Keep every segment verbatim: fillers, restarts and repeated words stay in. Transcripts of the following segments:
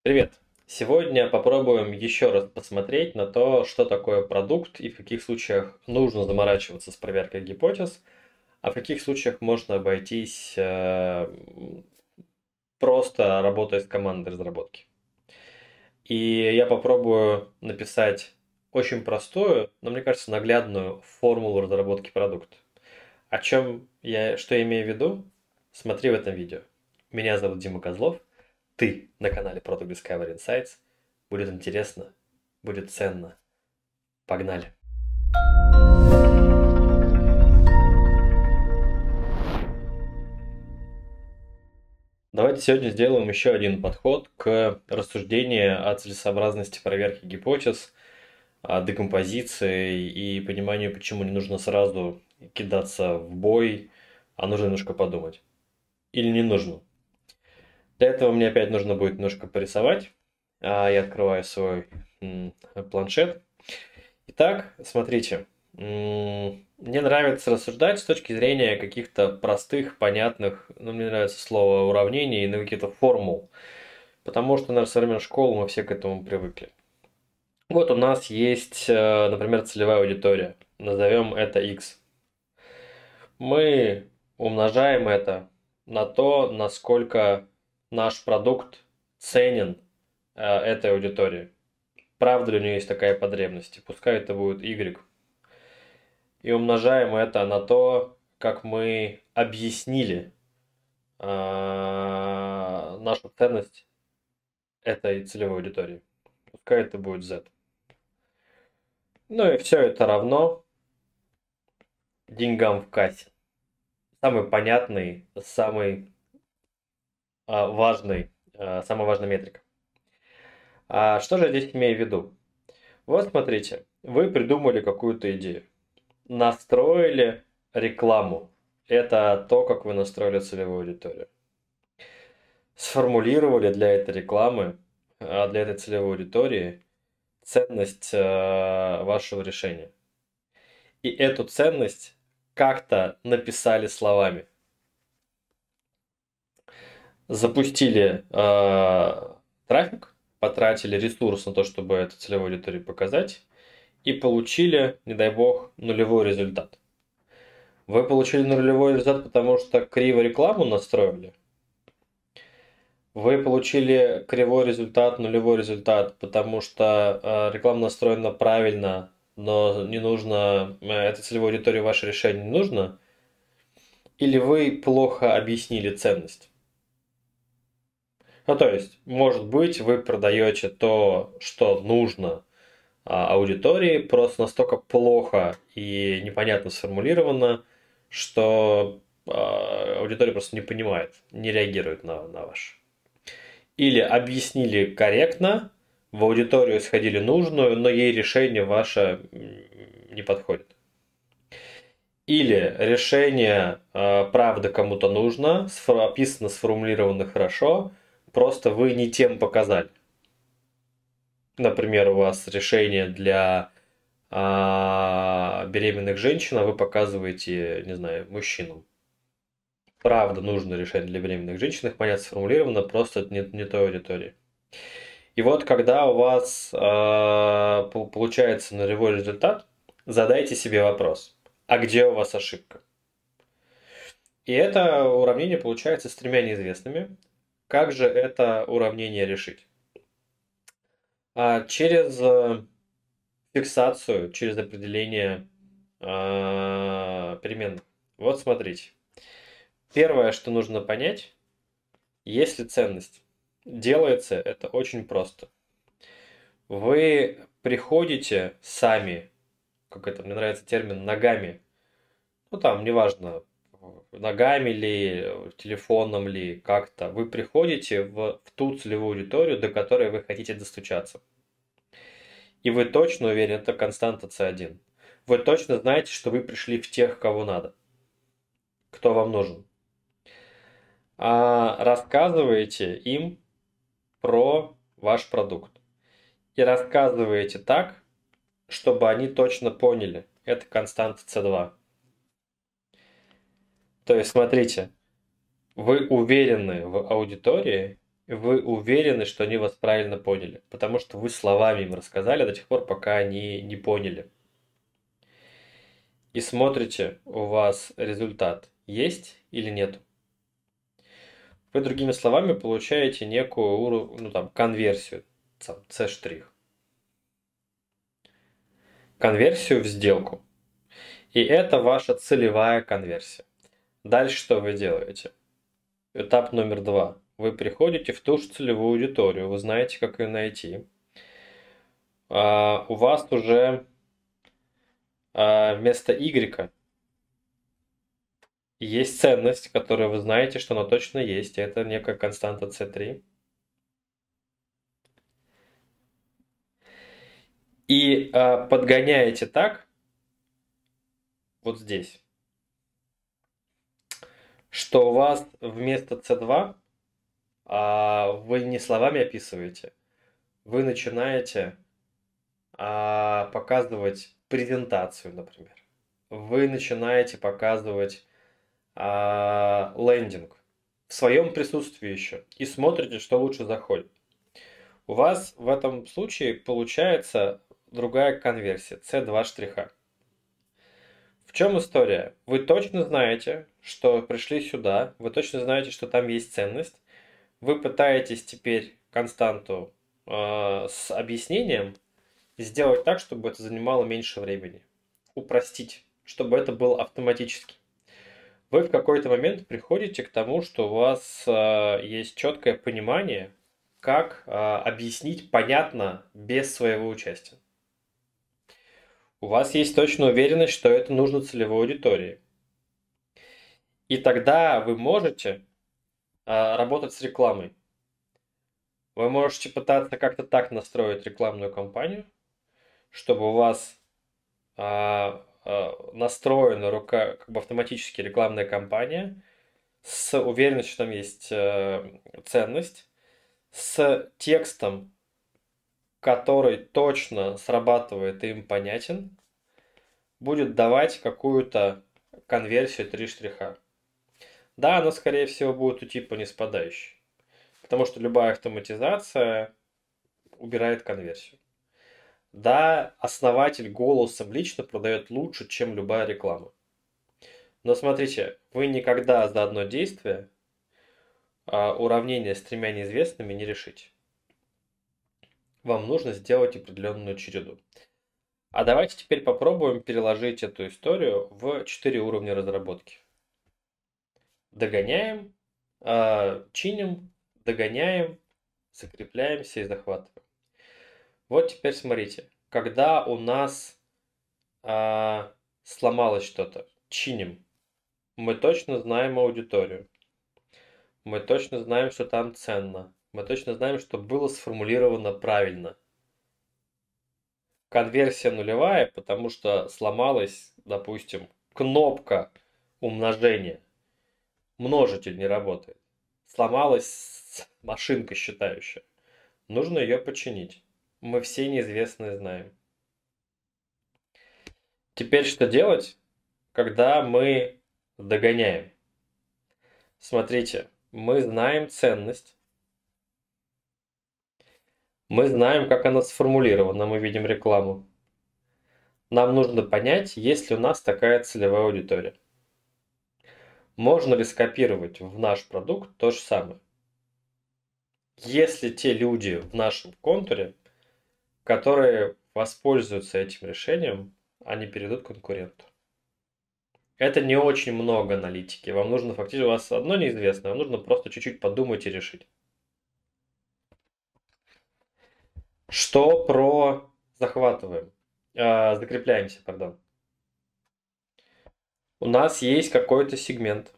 Привет! Сегодня попробуем еще раз посмотреть на то, что такое продукт и в каких случаях нужно заморачиваться с проверкой гипотез, а в каких случаях можно обойтись э, просто работая с командой разработки. И я попробую написать очень простую, но мне кажется наглядную формулу разработки продукта. О чем я, что я имею в виду? Смотри в этом видео. Меня зовут Дима Козлов. Ты на канале Product Discovery Insights. Будет интересно, будет ценно. Погнали. Давайте сегодня сделаем еще один подход к рассуждению о целесообразности проверки гипотез, о декомпозиции и пониманию, почему не нужно сразу кидаться в бой, а нужно немножко подумать. Или не нужно. Для этого мне опять нужно будет немножко порисовать. А, Я открываю свой м, планшет. Итак, смотрите. М, Мне нравится рассуждать с точки зрения каких-то простых, понятных, ну, мне нравится слово уравнений, ну, каких-то формул. Потому что, наверное, со времен школы мы все к этому привыкли. Вот у нас есть, э, например, целевая аудитория. Назовем это X. Мы умножаем это на то, насколько наш продукт ценен э, этой аудитории. Правда ли у нее есть такая потребность? И пускай это будет Y. И умножаем это на то, как мы объяснили э, нашу ценность этой целевой аудитории. Пускай это будет Z. Ну и все это равно деньгам в кассе. Самый понятный, самый э, важный, э, самая важная метрика. А что же я здесь имею в виду? Вот смотрите, вы придумали какую-то идею, настроили рекламу. Это то, как вы настроили целевую аудиторию. Сформулировали для этой рекламы, а для этой целевой аудитории ценность э, вашего решения. И эту ценность как-то написали словами. Запустили э, трафик, потратили ресурс на то, чтобы эту целевую аудиторию показать, и получили, не дай бог, нулевой результат. Вы получили нулевой результат, потому что криво рекламу настроили. Вы получили кривой результат, нулевой результат, потому что э, реклама настроена правильно, но не нужно, э, этой целевой аудитории ваше решение не нужно. Или вы плохо объяснили ценность. Ну, то есть, может быть, вы продаете то, что нужно а, аудитории, просто настолько плохо и непонятно сформулировано, что а, аудитория просто не понимает, не реагирует на, на ваш. Или объяснили корректно, в аудиторию сходили нужную, но ей решение ваше не подходит. Или решение э, правда кому-то нужно, описано, сформулировано хорошо, просто вы не тем показали. Например, у вас решение для э, беременных женщин, а вы показываете, не знаю, мужчинам. Правда нужно решение для беременных женщин, их понятно сформулировано, просто не, не той аудитории. И вот когда у вас э, получается нулевой результат, задайте себе вопрос, а где у вас ошибка? И это уравнение получается с тремя неизвестными. Как же это уравнение решить? А через э, фиксацию, через определение э, переменных. Вот смотрите. Первое, что нужно понять, если ценность. Делается это очень просто. Вы приходите сами, как это, мне нравится термин, ногами. Ну там, неважно, ногами ли, телефоном ли, как-то. Вы приходите в, в ту целевую аудиторию, до которой вы хотите достучаться. И вы точно уверены, это константа си один. Вы точно знаете, что вы пришли в тех, кого надо. Кто вам нужен. А рассказываете им про ваш продукт. И рассказываете так, чтобы они точно поняли. Это константа си два. То есть, смотрите, вы уверены в аудитории, вы уверены, что они вас правильно поняли, потому что вы словами им рассказали до тех пор, пока они не поняли. И смотрите, у вас результат есть или нет. Вы, другими словами, получаете некую, ну, там, конверсию, C', конверсию в сделку. И это ваша целевая конверсия. Дальше что вы делаете? Этап номер два. Вы приходите в ту же целевую аудиторию, вы знаете, как ее найти. А, у вас уже а, вместо Y есть ценность, которую вы знаете, что она точно есть. Это некая константа си три. И а, подгоняете так, вот здесь, что у вас вместо си два а, вы не словами описываете, вы начинаете а, показывать презентацию, например. Вы начинаете показывать а, лендинг в своем присутствии еще и смотрите, что лучше заходит. У вас в этом случае получается другая конверсия, си два штриха. В чем история? Вы точно знаете, что пришли сюда, вы точно знаете, что там есть ценность. Вы пытаетесь теперь константу э, с объяснением сделать так, чтобы это занимало меньше времени. Упростить, чтобы это было автоматически. Вы в какой-то момент приходите к тому, что у вас э, есть четкое понимание, как э, объяснить понятно без своего участия. У вас есть точная уверенность, что это нужно целевой аудитории. И тогда вы можете э, работать с рекламой. Вы можете пытаться как-то так настроить рекламную кампанию, чтобы у вас э, э, настроена рука, как бы автоматически рекламная кампания с уверенностью, что там есть э, ценность, с текстом, который точно срабатывает и им понятен, будет давать какую-то конверсию три штриха. Да, она, скорее всего, будет у типа ниспадающей, потому что любая автоматизация убирает конверсию. Да, основатель голосом лично продает лучше, чем любая реклама. Но смотрите, вы никогда за одно действие а, уравнение с тремя неизвестными не решите. Вам нужно сделать определенную череду. А давайте теперь попробуем переложить эту историю в четыре уровня разработки. Догоняем, э, чиним, догоняем, закрепляемся и захватываем. Вот теперь смотрите, когда у нас э, сломалось что-то, чиним, мы точно знаем аудиторию, мы точно знаем, что там ценно, мы точно знаем, что было сформулировано правильно. Конверсия нулевая, потому что сломалась, допустим, кнопка умножения. Множитель не работает. Сломалась машинка считающая. Нужно ее починить. Мы все неизвестные знаем. Теперь что делать, когда мы догоняем? Смотрите, мы знаем ценность. Мы знаем, как она сформулирована. Мы видим рекламу. Нам нужно понять, есть ли у нас такая целевая аудитория. Можно ли скопировать в наш продукт то же самое? Если те люди в нашем контуре, которые воспользуются этим решением, они перейдут к конкуренту. Это не очень много аналитики. Вам нужно фактически, у вас одно неизвестное, вам нужно просто чуть-чуть подумать и решить. Что про захватываем? А, закрепляемся, пардон. У нас есть какой-то сегмент.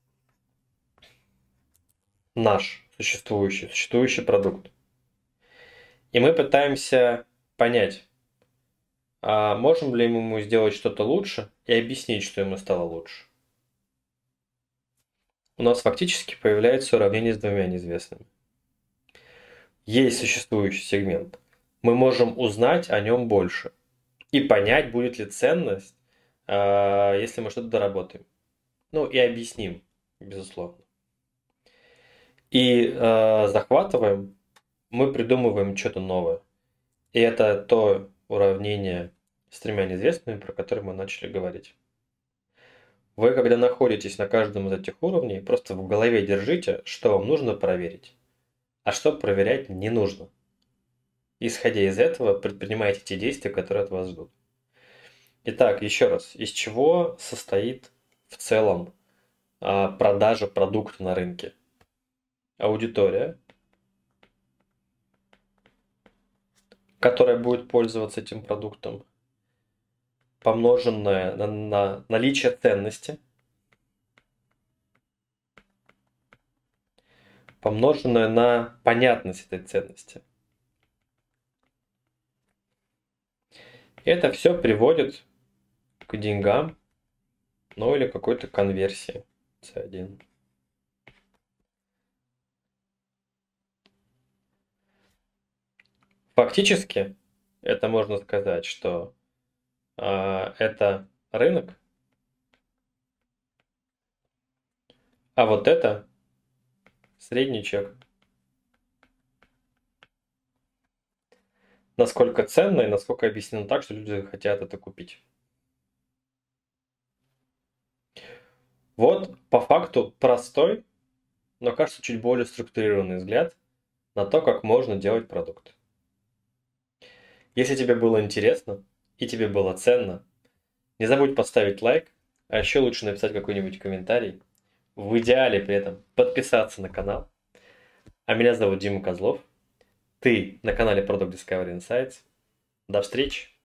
Наш существующий, существующий продукт. И мы пытаемся понять, а можем ли мы ему сделать что-то лучше и объяснить, что ему стало лучше. У нас фактически появляется уравнение с двумя неизвестными. Есть существующий сегмент. Мы можем узнать о нем больше и понять, будет ли ценность, если мы что-то доработаем. Ну и объясним, безусловно. и э, захватываем, мы придумываем что-то новое. И это то уравнение с тремя неизвестными, про которые мы начали говорить. Вы, когда находитесь на каждом из этих уровней, просто в голове держите, что вам нужно проверить, а что проверять не нужно. Исходя из этого, предпринимайте те действия, которые от вас ждут. Итак, еще раз, из чего состоит в целом а, продажа продукта на рынке? Аудитория, которая будет пользоваться этим продуктом, помноженное на, на наличие ценности, помноженное на понятность этой ценности. Это все приводит к деньгам, ну или какой-то конверсии си один. Фактически, это можно сказать, что э, это рынок, а вот это средний чек. Насколько ценно и насколько объяснено так, что люди хотят это купить. Вот по факту простой, но кажется чуть более структурированный взгляд на то, как можно делать продукт. Если тебе было интересно и тебе было ценно, не забудь поставить лайк, а еще лучше написать какой-нибудь комментарий. В идеале при этом подписаться на канал. А меня зовут Дима Козлов. Ты на канале Product Discovery Insights. До встречи!